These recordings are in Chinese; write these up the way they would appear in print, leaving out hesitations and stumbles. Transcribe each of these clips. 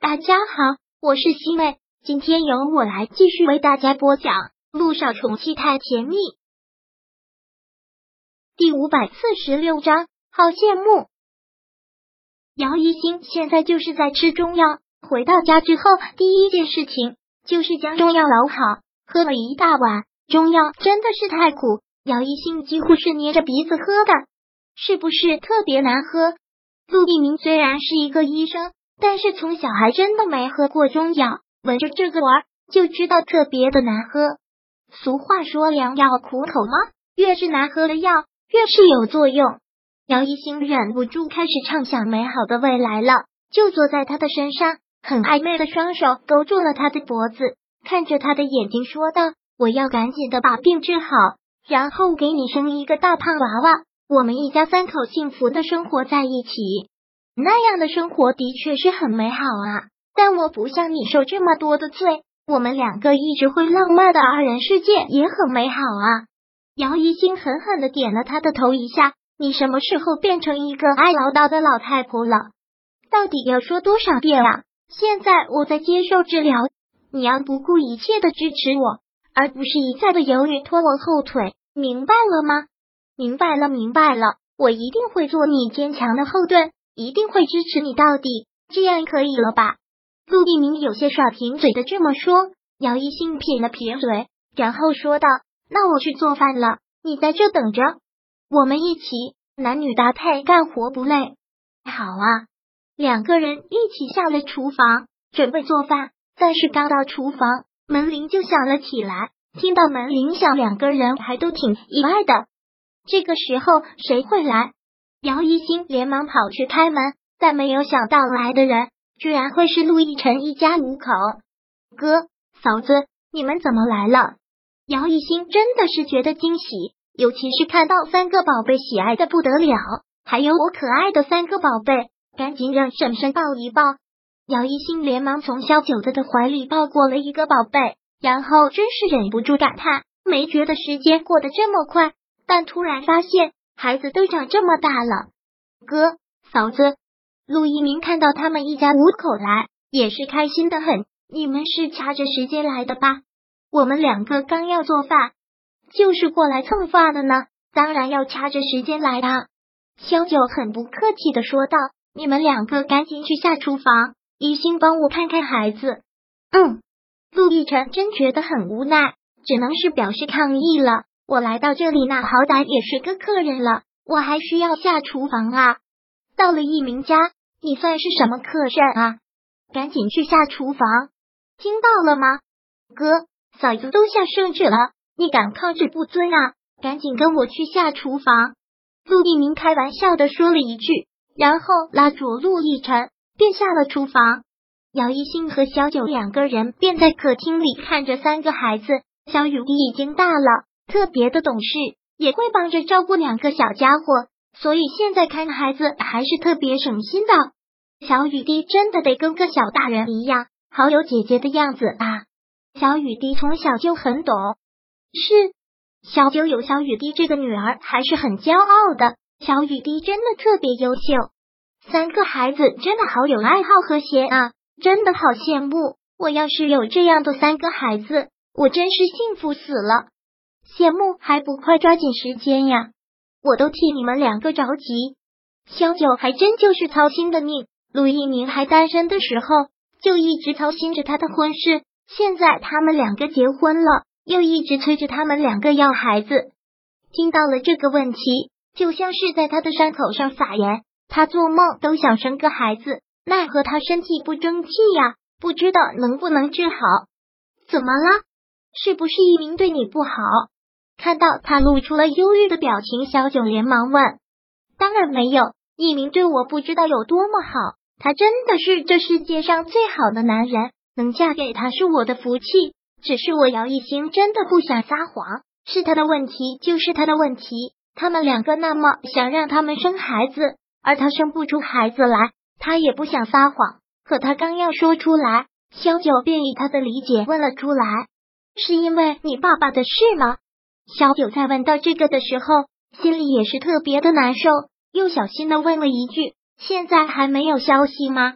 大家好，我是西妹，今天由我来继续为大家播讲《陆少宠妻太甜蜜》第546章，好羡慕。姚一星现在就是在吃中药，回到家之后第一件事情就是将中药熬好，喝了一大碗。中药真的是太苦，姚一星几乎是捏着鼻子喝的，是不是特别难喝？陆一鸣虽然是一个医生，但是从小还真的没喝过中药，闻着这个味儿就知道特别的难喝。俗话说良药苦口吗？越是难喝的药越是有作用。姚一星忍不住开始畅想美好的未来了，就坐在他的身上，很暧昧的双手勾住了他的脖子，看着他的眼睛说道，我要赶紧的把病治好，然后给你生一个大胖娃娃，我们一家3口幸福的生活在一起。那样的生活的确是很美好啊，但我不像你受这么多的罪，我们2个一直会浪漫的2人世界也很美好啊。姚一星狠狠的点了他的头一下，你什么时候变成一个爱唠叨的老太婆了？到底要说多少遍啊？现在我在接受治疗，你要不顾一切的支持我，而不是一再的犹豫拖我后腿，明白了吗？明白了，明白了，我一定会做你坚强的后盾，一定会支持你到底，这样可以了吧？陆一鸣有些耍贫嘴的这么说。姚一星撇了撇嘴，然后说道，那我去做饭了，你在这等着，我们一起男女搭配干活不累。好啊，2个人一起下了厨房准备做饭，但是刚到厨房门铃就响了起来，听到门铃响2个人还都挺意外的，这个时候谁会来？姚一星连忙跑去开门，但没有想到来的人居然会是陆亦辰一家5口。哥嫂子，你们怎么来了？姚一星真的是觉得惊喜，尤其是看到3个宝贝喜爱的不得了，还有我可爱的3个宝贝，赶紧让婶婶抱一抱。姚一星连忙从小九子的怀里抱过了一个宝贝，然后真是忍不住感叹，没觉得时间过得这么快，但突然发现孩子都长这么大了。哥嫂子，陆一鸣看到他们一家5口来，也是开心的很，你们是掐着时间来的吧？我们2个刚要做饭，就是过来蹭饭的呢，当然要掐着时间来的。萧九很不客气的说道，你们2个赶紧去下厨房，一心帮我看看孩子。陆亦辰真觉得很无奈，只能是表示抗议了，我来到这里那好歹也是个客人了，我还需要下厨房啊。到了一鸣家，你算是什么客人啊？赶紧去下厨房，听到了吗？哥嫂子都下圣旨了，你敢抗旨不遵啊？赶紧跟我去下厨房。陆一鸣开玩笑的说了一句，然后拉住陆亦辰便下了厨房。姚一星和小九2个人便在客厅里看着3个孩子，小雨滴已经大了，特别的懂事，也会帮着照顾2个小家伙，所以现在看孩子还是特别省心的。小雨滴真的得跟个小大人一样，好有姐姐的样子啊。小雨滴从小就很懂事，小九有小雨滴这个女儿还是很骄傲的，小雨滴真的特别优秀。3个孩子真的好有爱好和谐啊，真的好羡慕，我要是有这样的3个孩子，我真是幸福死了。羡慕还不快抓紧时间呀，我都替你们2个着急。萧九还真就是操心的命，陆一鸣还单身的时候就一直操心着他的婚事，现在他们2个结婚了，又一直催着他们2个要孩子。听到了这个问题，就像是在他的伤口上撒盐，他做梦都想生个孩子，奈何他身体不争气呀，不知道能不能治好。怎么了？是不是一鸣对你不好？看到他露出了忧郁的表情，小九连忙问。当然没有，一鸣对我不知道有多么好，他真的是这世界上最好的男人，能嫁给他是我的福气，只是我姚一星真的不想撒谎，是他的问题就是他的问题，他们2个那么想让他们生孩子，而他生不出孩子来，他也不想撒谎，可他刚要说出来，萧九便以他的理解问了出来，是因为你爸爸的事吗？萧九在问到这个的时候，心里也是特别的难受，又小心的问了一句，现在还没有消息吗？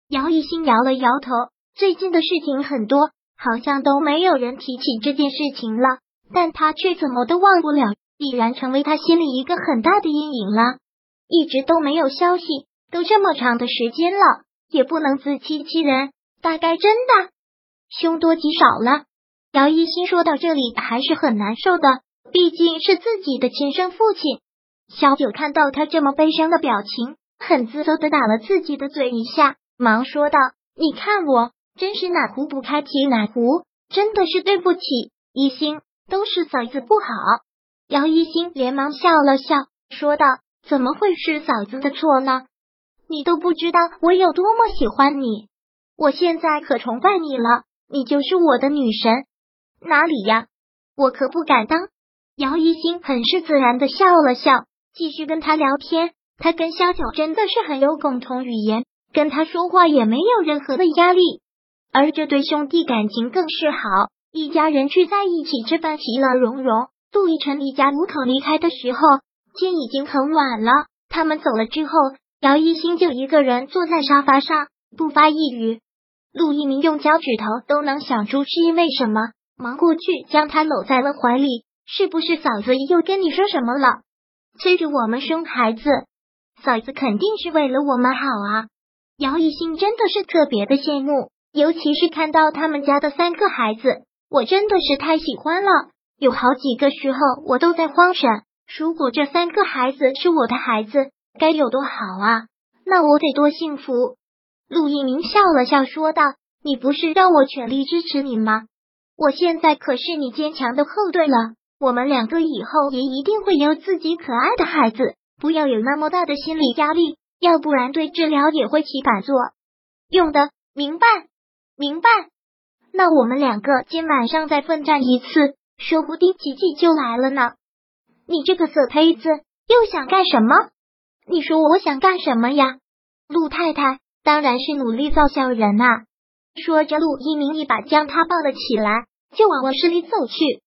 姚一新摇了摇头，最近的事情很多，好像都没有人提起这件事情了，但他却怎么都忘不了，必然成为他心里一个很大的阴影了。一直都没有消息，都这么长的时间了，也不能自欺欺人，大概真的凶多吉少了。姚一新说到这里还是很难受的，毕竟是自己的亲生父亲。小九看到他这么悲伤的表情，很自责的打了自己的嘴一下，忙说道：“你看我，真是哪壶不开提哪壶，真的是对不起，一心，都是嫂子不好。”姚一新连忙笑了笑，说道：“怎么会是嫂子的错呢？你都不知道我有多么喜欢你，我现在可崇拜你了，你就是我的女神。”哪里呀，我可不敢当。姚一新很是自然的笑了笑，继续跟他聊天。他跟萧九真的是很有共同语言，跟他说话也没有任何的压力，而这对兄弟感情更是好，一家人聚在一起吃饭，其乐融融。陆亦辰一家五口离开的时候，天已经很晚了。他们走了之后，姚一新就一个人坐在沙发上，不发一语。陆一鸣用脚趾头都能想出是因为什么，忙过去将他搂在了怀里。是不是嫂子又跟你说什么了？催着我们生孩子，嫂子肯定是为了我们好啊。姚一新真的是特别的羡慕，尤其是看到他们家的3个孩子，我真的是太喜欢了。有好几个时候我都在慌神，如果这3个孩子是我的孩子，该有多好啊，那我得多幸福。陆一鸣笑了笑说道：“你不是让我全力支持你吗？我现在可是你坚强的后盾了。我们2个以后也一定会有自己可爱的孩子，不要有那么大的心理压力，要不然对治疗也会起反作用的。明白？明白。那我们2个今晚上再奋战一次，说不定奇迹就来了呢。”你这个死胚子又想干什么？你说我想干什么呀？陆太太当然是努力造小人啊。说着，陆一鸣一把将他抱了起来，就往卧室里走去。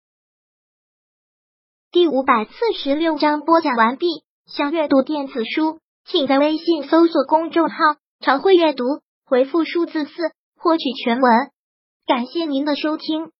第546章播讲完毕。想阅读电子书，请在微信搜索公众号常会阅读，回复数字4获取全文。感谢您的收听。